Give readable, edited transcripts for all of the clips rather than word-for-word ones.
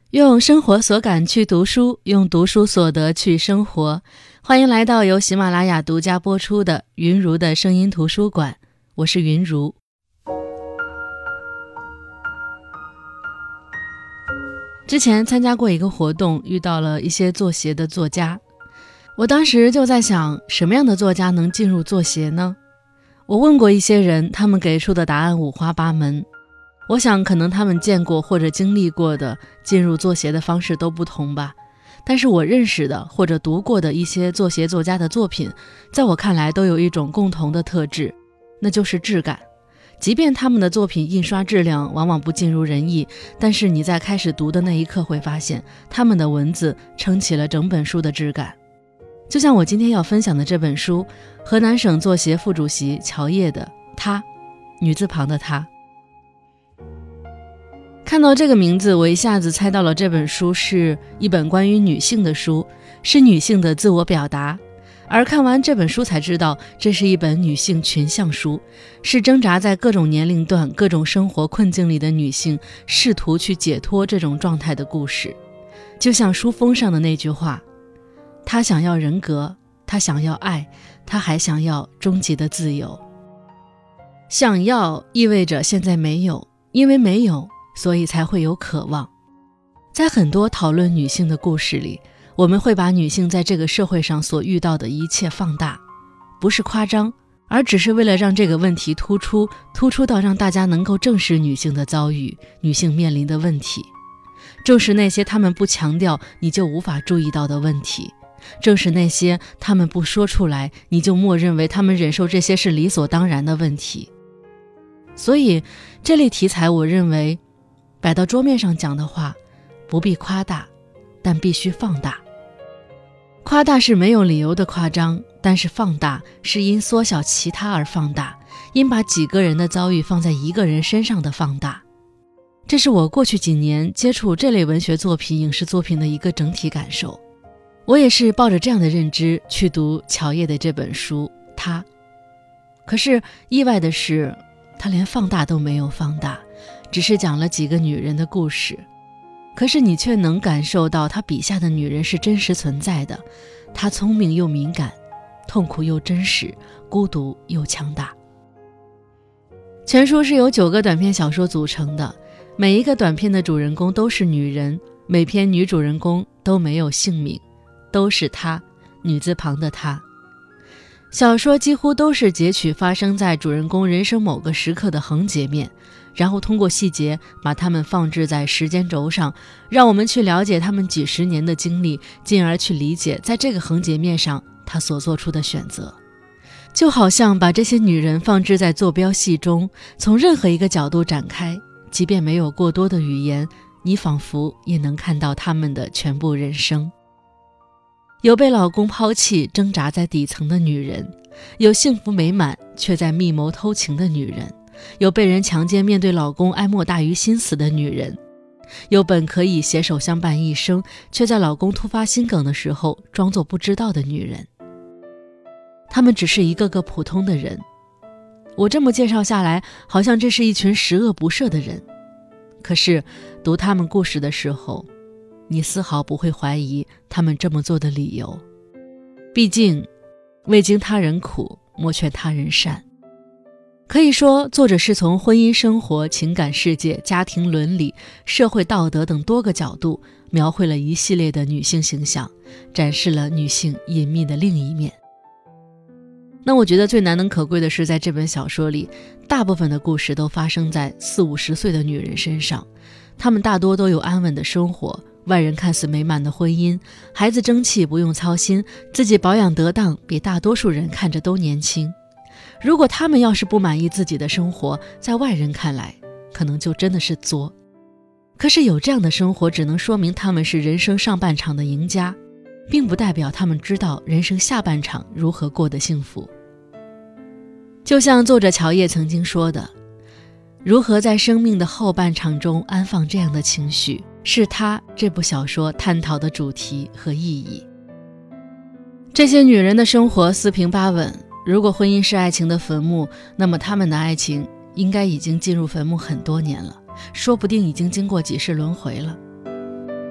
用生活所感去读书，用读书所得去生活。欢迎来到由喜马拉雅独家播出的云如的声音图书馆，我是云如。之前参加过一个活动，遇到了一些作协的作家。我当时就在想，什么样的作家能进入作协呢？我问过一些人，他们给出的答案五花八门。我想可能他们见过或者经历过的进入作协的方式都不同吧，但是我认识的或者读过的一些作协作家的作品，在我看来都有一种共同的特质，那就是质感。即便他们的作品印刷质量往往不尽如人意，但是你在开始读的那一刻会发现，他们的文字撑起了整本书的质感。就像我今天要分享的这本书，河南省作协副主席乔烨的《她》，女字旁的她。看到这个名字，我一下子猜到了这本书是一本关于女性的书，是女性的自我表达。而看完这本书才知道，这是一本女性群像书，是挣扎在各种年龄段、各种生活困境里的女性试图去解脱这种状态的故事。就像书封上的那句话，她想要人格，她想要爱，她还想要终极的自由。想要意味着现在没有，因为没有，所以才会有渴望。在很多讨论女性的故事里，我们会把女性在这个社会上所遇到的一切放大，不是夸张，而只是为了让这个问题突出到让大家能够正视女性的遭遇，女性面临的问题，正是那些她们不强调你就无法注意到的问题，正是那些她们不说出来你就默认为她们忍受这些是理所当然的问题。所以这类题材我认为摆到桌面上讲的话，不必夸大，但必须放大。夸大是没有理由的夸张，但是放大是因缩小其他而放大，因把几个人的遭遇放在一个人身上的放大。这是我过去几年接触这类文学作品、影视作品的一个整体感受。我也是抱着这样的认知去读乔烨的这本书《她》。可是意外的是，他连放大都没有放大，只是讲了几个女人的故事，可是你却能感受到他笔下的女人是真实存在的，她聪明又敏感，痛苦又真实，孤独又强大。全书是由9个短篇小说组成的，每一个短篇的主人公都是女人，每篇女主人公都没有姓名，都是她，女字旁的她。小说几乎都是截取发生在主人公人生某个时刻的横截面，然后通过细节把它们放置在时间轴上，让我们去了解他们几十年的经历，进而去理解在这个横截面上他所做出的选择。就好像把这些女人放置在坐标系中，从任何一个角度展开，即便没有过多的语言，你仿佛也能看到她们的全部人生。有被老公抛弃挣扎在底层的女人，有幸福美满却在密谋偷情的女人，有被人强奸面对老公哀莫大于心死的女人，有本可以携手相伴一生却在老公突发心梗的时候装作不知道的女人。她们只是一个个普通的人，我这么介绍下来，好像这是一群十恶不赦的人，可是读他们故事的时候，你丝毫不会怀疑他们这么做的理由。毕竟未经他人苦，莫劝他人善。可以说，作者是从婚姻生活、情感世界、家庭伦理、社会道德等多个角度描绘了一系列的女性形象，展示了女性隐秘的另一面。那我觉得最难能可贵的是，在这本小说里，大部分的故事都发生在40-50岁的女人身上，她们大多都有安稳的生活，外人看似美满的婚姻，孩子争气不用操心，自己保养得当，比大多数人看着都年轻。如果他们要是不满意自己的生活，在外人看来可能就真的是作。可是有这样的生活，只能说明他们是人生上半场的赢家，并不代表他们知道人生下半场如何过得幸福。就像作者乔烨曾经说的，如何在生命的后半场中安放这样的情绪，是他这部小说探讨的主题和意义。这些女人的生活四平八稳，如果婚姻是爱情的坟墓，那么她们的爱情应该已经进入坟墓很多年了，说不定已经经过几世轮回了。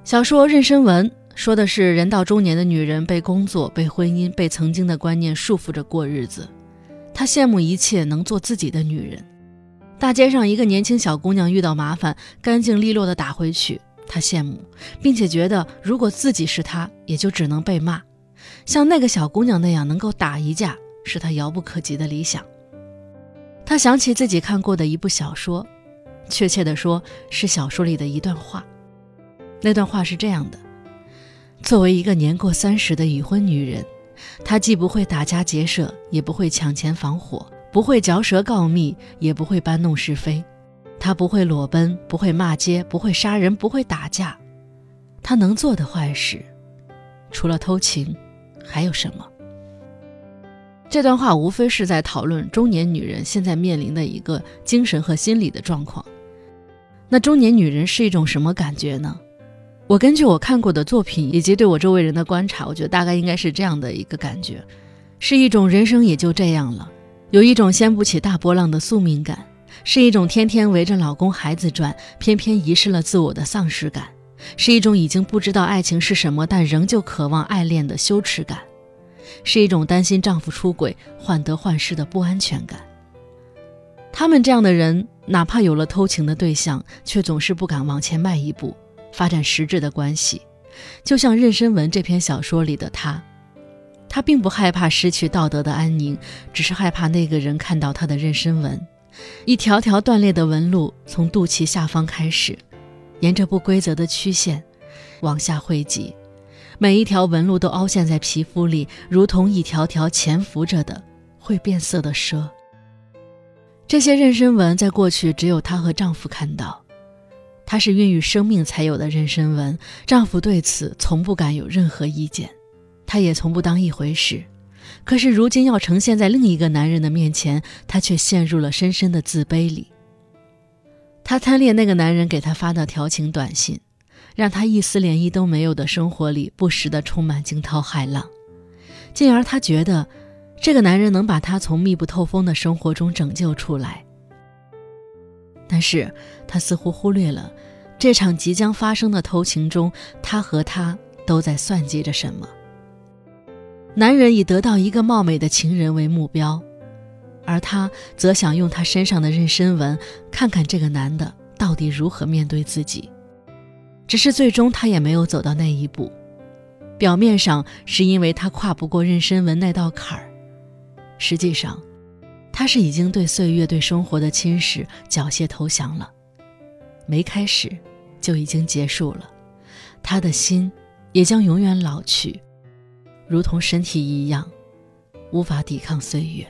小说《妊娠纹》说的是人到中年的女人被工作、被婚姻、被曾经的观念束缚着过日子。她羡慕一切能做自己的女人。大街上一个年轻小姑娘遇到麻烦，干净利落地打回去，她羡慕，并且觉得如果自己是她，也就只能被骂。像那个小姑娘那样能够打一架，是她遥不可及的理想。她想起自己看过的一部小说，确切地说是小说里的一段话。那段话是这样的：作为一个年过30的已婚女人，她既不会打家劫舍，也不会抢钱防火，不会嚼舌告密，也不会搬弄是非。她不会裸奔，不会骂街，不会杀人，不会打架。她能做的坏事，除了偷情，还有什么？这段话无非是在讨论中年女人现在面临的一个精神和心理的状况。那中年女人是一种什么感觉呢？我根据我看过的作品以及对我周围人的观察，我觉得大概应该是这样的一个感觉，是一种人生也就这样了，有一种掀不起大波浪的宿命感，是一种天天围着老公孩子转，偏偏遗失了自我的丧失感，是一种已经不知道爱情是什么，但仍旧渴望爱恋的羞耻感，是一种担心丈夫出轨患得患失的不安全感。他们这样的人，哪怕有了偷情的对象，却总是不敢往前迈一步，发展实质的关系。就像《妊娠纹》这篇小说里的她并不害怕失去道德的安宁，只是害怕那个人看到她的妊娠纹。一条条断裂的纹路从肚脐下方开始，沿着不规则的曲线往下汇集，每一条纹路都凹陷在皮肤里，如同一条条潜伏着的会变色的蛇。这些妊娠纹在过去只有她和丈夫看到，它是孕育生命才有的妊娠纹，丈夫对此从不敢有任何意见，他也从不当一回事。可是如今要呈现在另一个男人的面前，她却陷入了深深的自卑里。她贪恋那个男人给她发的调情短信，让她一丝涟漪都没有的生活里不时地充满惊涛骇浪，进而她觉得这个男人能把她从密不透风的生活中拯救出来。但是她似乎忽略了这场即将发生的偷情中，她和他都在算计着什么。男人以得到一个貌美的情人为目标，而她则想用她身上的妊娠纹看看这个男的到底如何面对自己。只是最终她也没有走到那一步，表面上是因为她跨不过妊娠纹那道坎儿，实际上她是已经对岁月对生活的侵蚀缴械投降了，没开始就已经结束了，她的心也将永远老去，如同身体一样，无法抵抗岁月。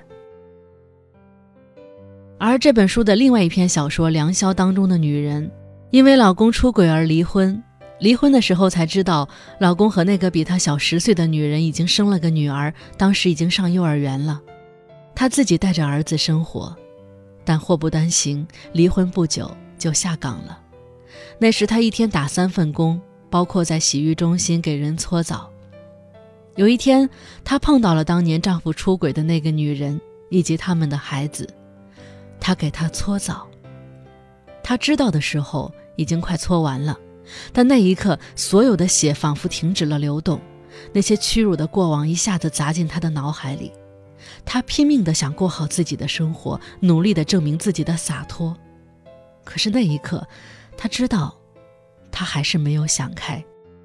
而这本书的另外一篇小说《良宵》当中的女人，因为老公出轨而离婚，离婚的时候才知道老公和那个比她小10岁的女人已经生了个女儿，当时已经上幼儿园了。她自己带着儿子生活，但祸不单行，离婚不久就下岗了。那时她一天打3份工，包括在洗浴中心给人搓澡。有一天，她碰到了当年丈夫出轨的那个女人以及他们的孩子，她给她搓澡。她知道的时候已经快搓完了，但那一刻所有的血仿佛停止了流动，那些屈辱的过往一下子砸进她的脑海里。她拼命地想过好自己的生活，努力地证明自己的洒脱。可是那一刻，她知道她还是没有想开。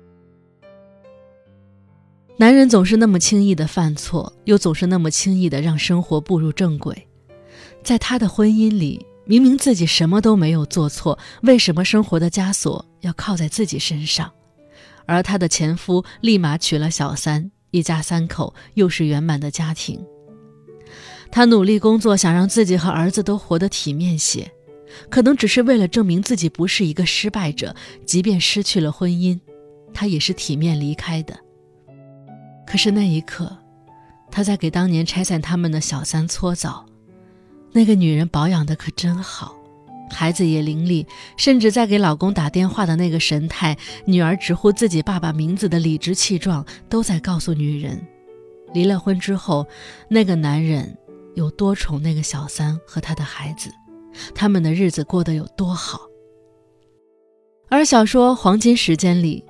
男人总是那么轻易地犯错，又总是那么轻易地让生活步入正轨。在他的婚姻里，明明自己什么都没有做错，为什么生活的枷锁要靠在自己身上？而她的前夫立马娶了小三，一家3口又是圆满的家庭。她努力工作，想让自己和儿子都活得体面些，可能只是为了证明自己不是一个失败者，即便失去了婚姻，她也是体面离开的。可是那一刻，她在给当年拆散他们的小三搓澡，那个女人保养得可真好，孩子也伶俐，甚至在给老公打电话的那个神态，女儿直呼自己爸爸名字的理直气壮，都在告诉女人，离了婚之后，那个男人有多宠那个小三和他的孩子，他们的日子过得有多好。而小说《黄金时间》里，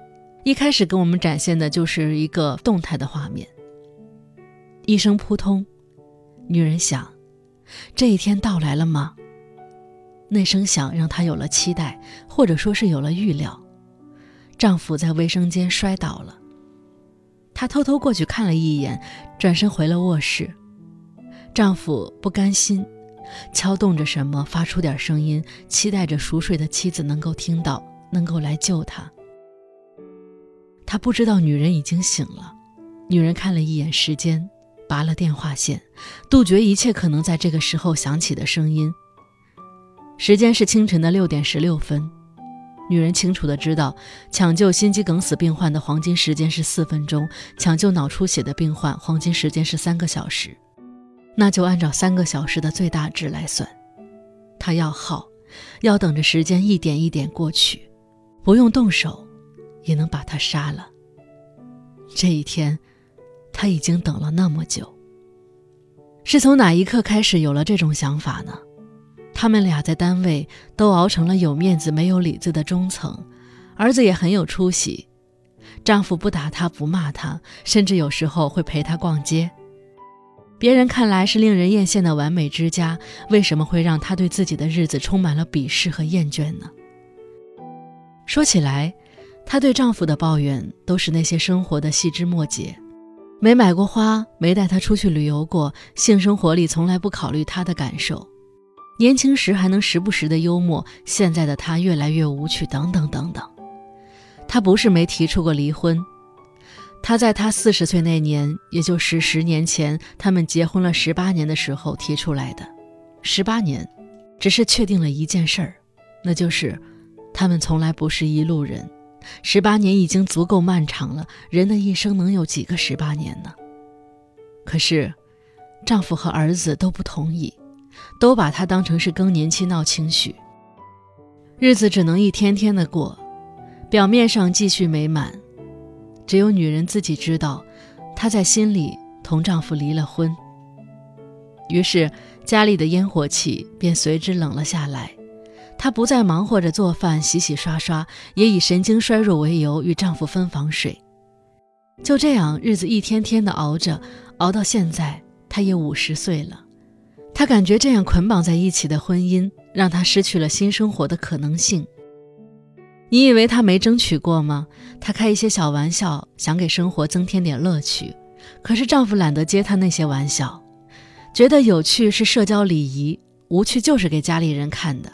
一开始给我们展现的就是一个动态的画面。一声扑通，女人想，这一天到来了吗？那声响让她有了期待，或者说是有了预料。丈夫在卫生间摔倒了，她偷偷过去看了一眼，转身回了卧室。丈夫不甘心，敲动着什么，发出点声音，期待着熟睡的妻子能够听到，能够来救他。他不知道女人已经醒了。女人看了一眼时间，拔了电话线，杜绝一切可能在这个时候响起的声音。时间是清晨的6点16分。女人清楚地知道，抢救心肌梗死病患的黄金时间是4分钟，抢救脑出血的病患黄金时间是3个小时。那就按照3个小时的最大值来算。她要耗，要等着时间一点一点过去，不用动手也能把他杀了。这一天他已经等了那么久。是从哪一刻开始有了这种想法呢？他们俩在单位都熬成了有面子没有里子的中层，儿子也很有出息，丈夫不打他不骂他，甚至有时候会陪他逛街。别人看来是令人艳羡的完美之家，为什么会让他对自己的日子充满了鄙视和厌倦呢？说起来，她对丈夫的抱怨都是那些生活的细枝末节，没买过花，没带他出去旅游过，性生活里从来不考虑他的感受，年轻时还能时不时的幽默，现在的他越来越无趣，等等等等。他不是没提出过离婚，他在他40岁那年，也就是10年前他们结婚了18年的时候提出来的。18年只是确定了一件事儿，那就是他们从来不是一路人。18年已经足够漫长了，人的一生能有几个18年呢？可是丈夫和儿子都不同意，都把她当成是更年期闹情绪。日子只能一天天的过，表面上继续美满，只有女人自己知道，她在心里同丈夫离了婚。于是家里的烟火气便随之冷了下来。她不再忙活着做饭洗洗刷刷，也以神经衰弱为由与丈夫分房睡。就这样日子一天天的熬着，熬到现在她也50岁了。她感觉这样捆绑在一起的婚姻让她失去了新生活的可能性。你以为她没争取过吗？她开一些小玩笑，想给生活增添点乐趣，可是丈夫懒得接她那些玩笑，觉得有趣是社交礼仪，无趣就是给家里人看的。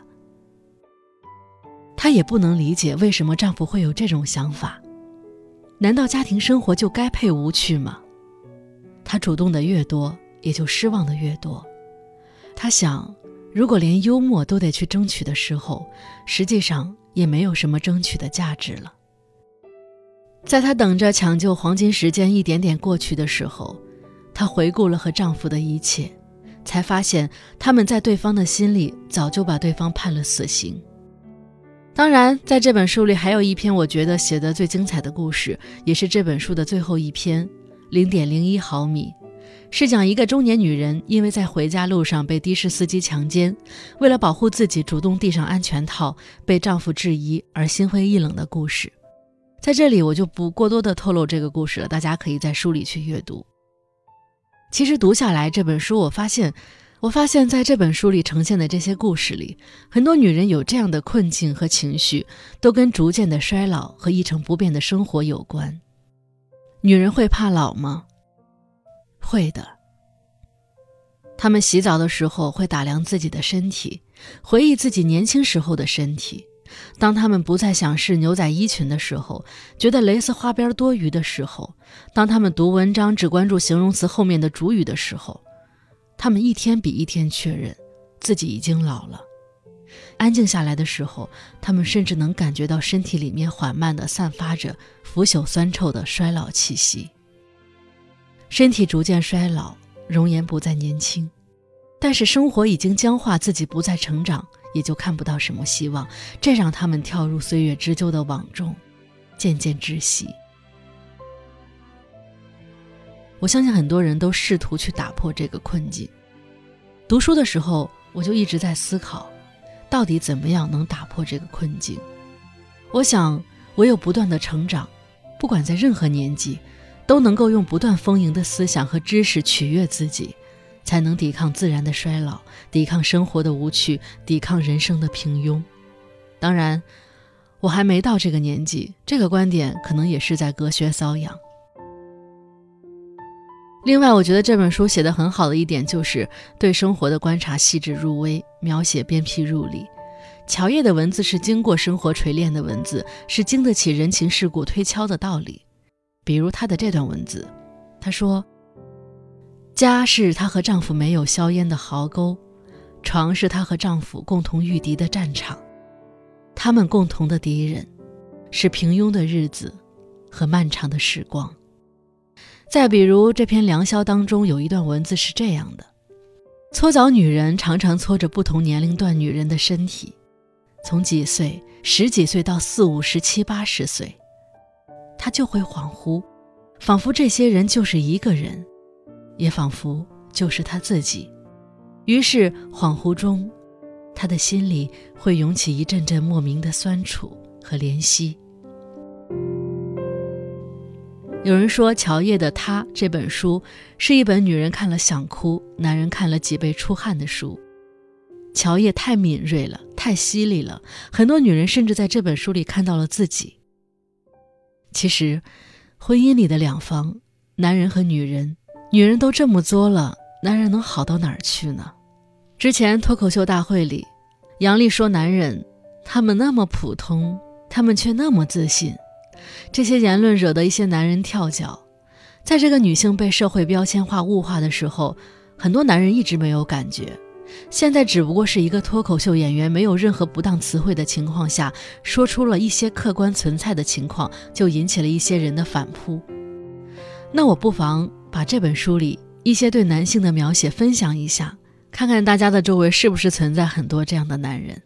她也不能理解为什么丈夫会有这种想法，难道家庭生活就该配无趣吗？她主动的越多，也就失望的越多。她想，如果连幽默都得去争取的时候，实际上也没有什么争取的价值了。在她等着抢救黄金时间一点点过去的时候，她回顾了和丈夫的一切，才发现他们在对方的心里早就把对方判了死刑。当然，在这本书里还有一篇我觉得写得最精彩的故事，也是这本书的最后一篇 0.01 毫米，是讲一个中年女人因为在回家路上被的士司机强奸，为了保护自己主动递上安全套，被丈夫质疑而心灰意冷的故事。在这里我就不过多的透露这个故事了，大家可以在书里去阅读。其实读下来这本书，我发现在这本书里呈现的这些故事里，很多女人有这样的困境和情绪，都跟逐渐的衰老和一成不变的生活有关。女人会怕老吗？会的。她们洗澡的时候会打量自己的身体，回忆自己年轻时候的身体。当她们不再想试牛仔衣裙的时候，觉得蕾丝花边多余的时候，当她们读文章只关注形容词后面的主语的时候，她们一天比一天确认自己已经老了。安静下来的时候，她们甚至能感觉到身体里面缓慢地散发着腐朽酸臭的衰老气息。身体逐渐衰老，容颜不再年轻，但是生活已经僵化，自己不再成长，也就看不到什么希望，这让他们跳入岁月织就的网中，渐渐窒息。我相信很多人都试图去打破这个困境。读书的时候，我就一直在思考，到底怎么样能打破这个困境。我想，唯有不断的成长， 不管在任何年纪，都能够用不断丰盈的思想和知识取悦自己，才能抵抗自然的衰老，抵抗生活的无趣，抵抗人生的平庸。当然，我还没到这个年纪，这个观点可能也是在隔靴搔痒。另外，我觉得这本书写得很好的一点就是对生活的观察细致入微，描写鞭辟入里。乔叶的文字是经过生活锤炼的文字，是经得起人情世故推敲的道理。比如他的这段文字，他说：家是她和丈夫没有硝烟的壕沟，床是她和丈夫共同御敌的战场，他们共同的敌人是平庸的日子和漫长的时光。再比如这篇良宵当中有一段文字是这样的：搓澡女人常常搓着不同年龄段女人的身体，从几岁、10几岁到40、50、70、80岁，她就会恍惚，仿佛这些人就是一个人，也仿佛就是她自己。于是恍惚中，她的心里会涌起一阵阵莫名的酸楚和怜惜。有人说乔叶的《她》这本书是一本女人看了想哭，男人看了脊背出汗的书。乔叶太敏锐了，太犀利了，很多女人甚至在这本书里看到了自己。其实婚姻里的两方，男人和女人，女人都这么作了，男人能好到哪儿去呢？之前脱口秀大会里，杨笠说男人他们那么普通，他们却那么自信。这些言论惹得一些男人跳脚。在这个女性被社会标签化物化的时候，很多男人一直没有感觉，现在只不过是一个脱口秀演员没有任何不当词汇的情况下，说出了一些客观存在的情况，就引起了一些人的反扑。那我不妨把这本书里一些对男性的描写分享一下，看看大家的周围是不是存在很多这样的男人。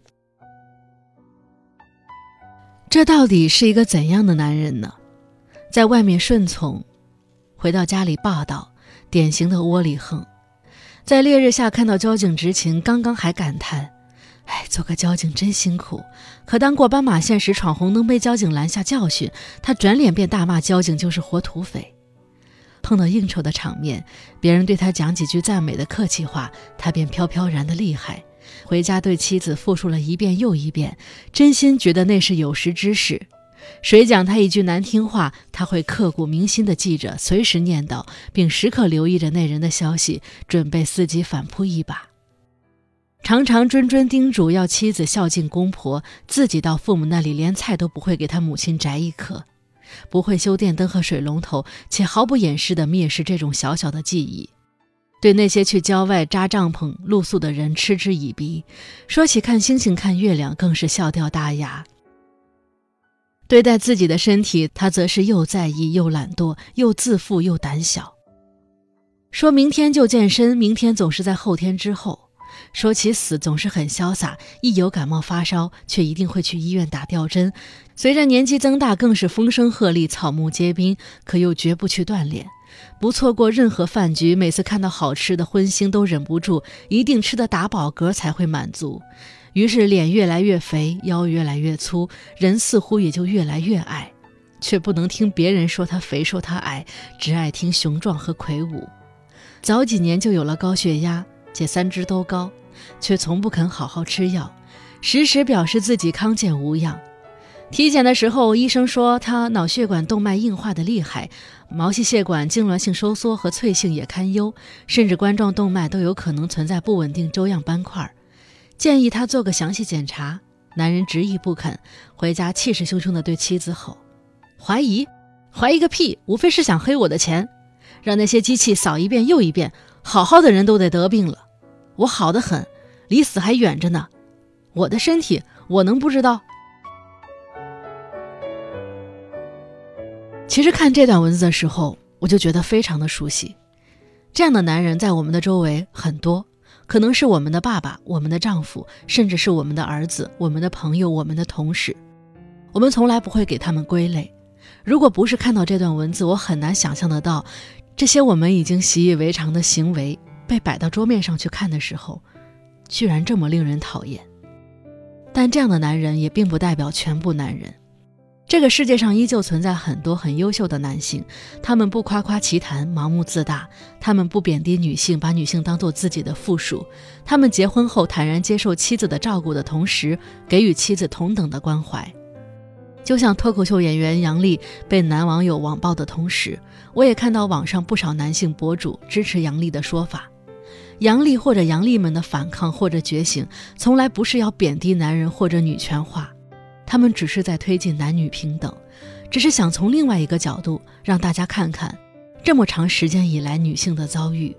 这到底是一个怎样的男人呢？在外面顺从，回到家里霸道，典型的窝里横。在烈日下看到交警执勤，刚刚还感叹，做个交警真辛苦。可当过斑马线时闯红灯被交警拦下教训，他转脸便大骂交警就是活土匪。碰到应酬的场面，别人对他讲几句赞美的客气话，他便飘飘然的厉害。回家对妻子复述了一遍又一遍，真心觉得那是有识之士。谁讲他一句难听话，他会刻骨铭心地记着，随时念叨，并时刻留意着那人的消息，准备伺机反扑一把。常常谆谆叮嘱要妻子孝敬公婆，自己到父母那里连菜都不会给他母亲摘一颗，不会修电灯和水龙头，且毫不掩饰地蔑视这种小小的技艺。对那些去郊外扎帐篷露宿的人嗤之以鼻，说起看星星看月亮更是笑掉大牙。对待自己的身体，他则是又在意又懒惰，又自负又胆小。说明天就健身，明天总是在后天之后。说起死总是很潇洒，一有感冒发烧却一定会去医院打吊针。随着年纪增大，更是风声鹤唳，草木皆兵，可又绝不去锻炼，不错过任何饭局，每次看到好吃的荤腥都忍不住，一定吃得打饱嗝才会满足。于是脸越来越肥，腰越来越粗，人似乎也就越来越矮，却不能听别人说他肥说他矮，只爱听雄壮和魁梧。早几年就有了高血压，且3只都高，却从不肯好好吃药，时时表示自己康健无恙。体检的时候，医生说他脑血管动脉硬化的厉害，毛细血管痉挛性收缩和脆性也堪忧，甚至冠状动脉都有可能存在不稳定粥样斑块，建议他做个详细检查。男人执意不肯，回家气势汹汹地对妻子吼：怀疑个屁，无非是想黑我的钱，让那些机器扫一遍又一遍，好好的人都得得病了，我好得很，离死还远着呢，我的身体我能不知道？其实看这段文字的时候，我就觉得非常的熟悉。这样的男人在我们的周围很多，可能是我们的爸爸，我们的丈夫，甚至是我们的儿子，我们的朋友，我们的同事。我们从来不会给他们归类。如果不是看到这段文字，我很难想象得到，这些我们已经习以为常的行为被摆到桌面上去看的时候，居然这么令人讨厌。但这样的男人也并不代表全部男人。 这个世界上依旧存在很多很优秀的男性，他们不夸夸其谈，盲目自大，他们不贬低女性，把女性当作自己的附属，他们结婚后坦然接受妻子的照顾的同时，给予妻子同等的关怀。就像脱口秀演员杨笠被男网友网暴的同时，我也看到网上不少男性博主支持杨笠的说法。杨笠或者杨笠们的反抗或者觉醒，从来不是要贬低男人或者女权化，他们只是在推进男女平等，只是想从另外一个角度让大家看看这么长时间以来女性的遭遇。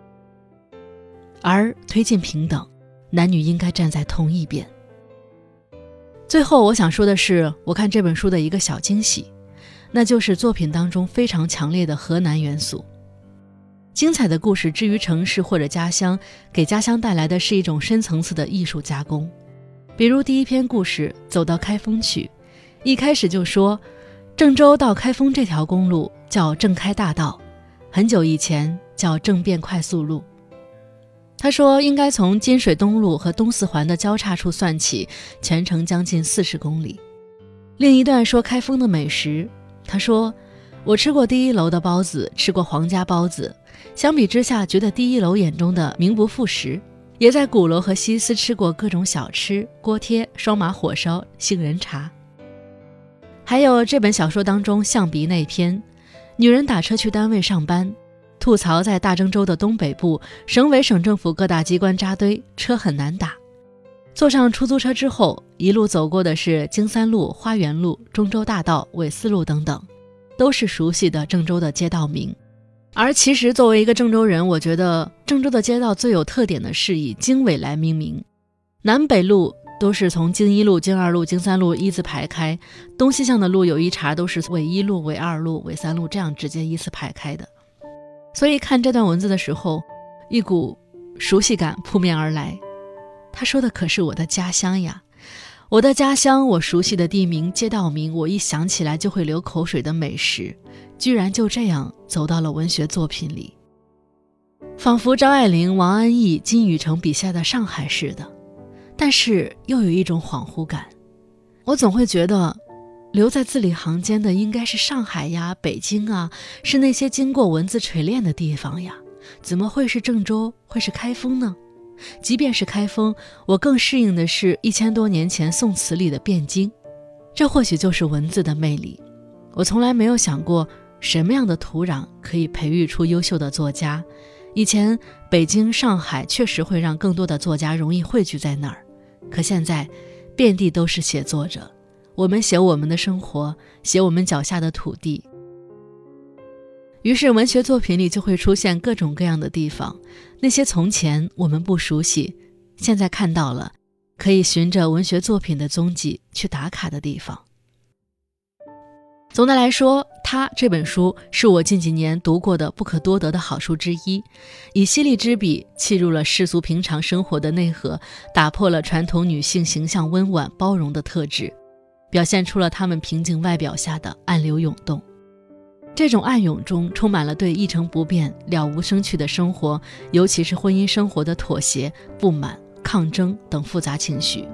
而推进平等，男女应该站在同一边。最后我想说的是，我看这本书的一个小惊喜，那就是作品当中非常强烈的河南元素。精彩的故事之于城市或者家乡，给家乡带来的是一种深层次的艺术加工。比如第一篇故事走到开封去，一开始就说郑州到开封这条公路叫郑开大道，很久以前叫郑便快速路。他说应该从金水东路和东四环的交叉处算起，全程将近40公里。另一段说开封的美食，他说我吃过第一楼的包子，吃过皇家包子，相比之下觉得第一楼眼中的名不副实，也在鼓楼和西斯吃过各种小吃，锅贴、双麻火烧、杏仁茶。还有这本小说当中象鼻那篇，女人打车去单位上班，吐槽在大郑州的东北部，省委省政府各大机关扎堆，车很难打。坐上出租车之后，一路走过的是经三路、花园路、中州大道、纬四路等等，都是熟悉的郑州的街道名。而其实作为一个郑州人，我觉得郑州的街道最有特点的是以经纬来命名，南北路都是从经一路、经二路、经三路依次排开，东西向的路有一茬都是纬一路、纬二路、纬三路这样直接依次排开的。所以看这段文字的时候，一股熟悉感扑面而来。他说的可是我的家乡呀，我的家乡，我熟悉的地名、街道名，我一想起来就会流口水的美食，居然就这样走到了文学作品里，仿佛张爱玲、王安忆、金宇澄笔下的上海似的，但是又有一种恍惚感。我总会觉得留在字里行间的应该是上海呀、北京啊，是那些经过文字锤炼的地方呀，怎么会是郑州，会是开封呢？即便是开封，我更适应的是1000多年前宋词里的汴京。这或许就是文字的魅力。我从来没有想过什么样的土壤可以培育出优秀的作家。以前北京、上海确实会让更多的作家容易汇聚在那儿，可现在遍地都是写作者，我们写我们的生活，写我们脚下的土地。于是文学作品里就会出现各种各样的地方，那些从前我们不熟悉，现在看到了，可以循着文学作品的踪迹去打卡的地方。总的来说，它这本书是我近几年读过的不可多得的好书之一，以犀利之笔契入了世俗平常生活的内核，打破了传统女性形象温婉包容的特质，表现出了她们平静外表下的暗流涌动。这种暗涌中充满了对一成不变、了无生趣的生活，尤其是婚姻生活的妥协、不满、抗争等复杂情绪。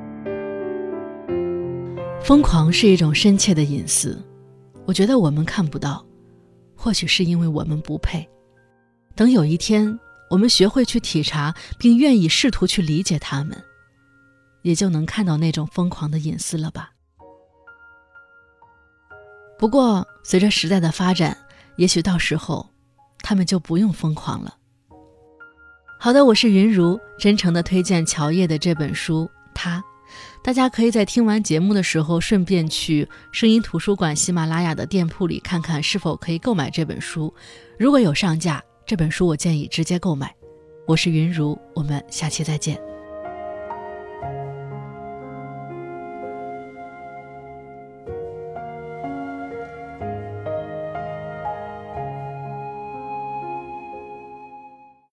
疯狂是一种深切的隐私，我觉得我们看不到，或许是因为我们不配。等有一天我们学会去体察，并愿意试图去理解他们，也就能看到那种疯狂的隐私了吧。不过随着时代的发展，也许到时候他们就不用疯狂了。好的，我是云如，真诚地推荐乔叶的这本书它，大家可以在听完节目的时候顺便去声音图书馆喜马拉雅的店铺里看看是否可以购买这本书，如果有上架，这本书我建议直接购买。我是云如，我们下期再见。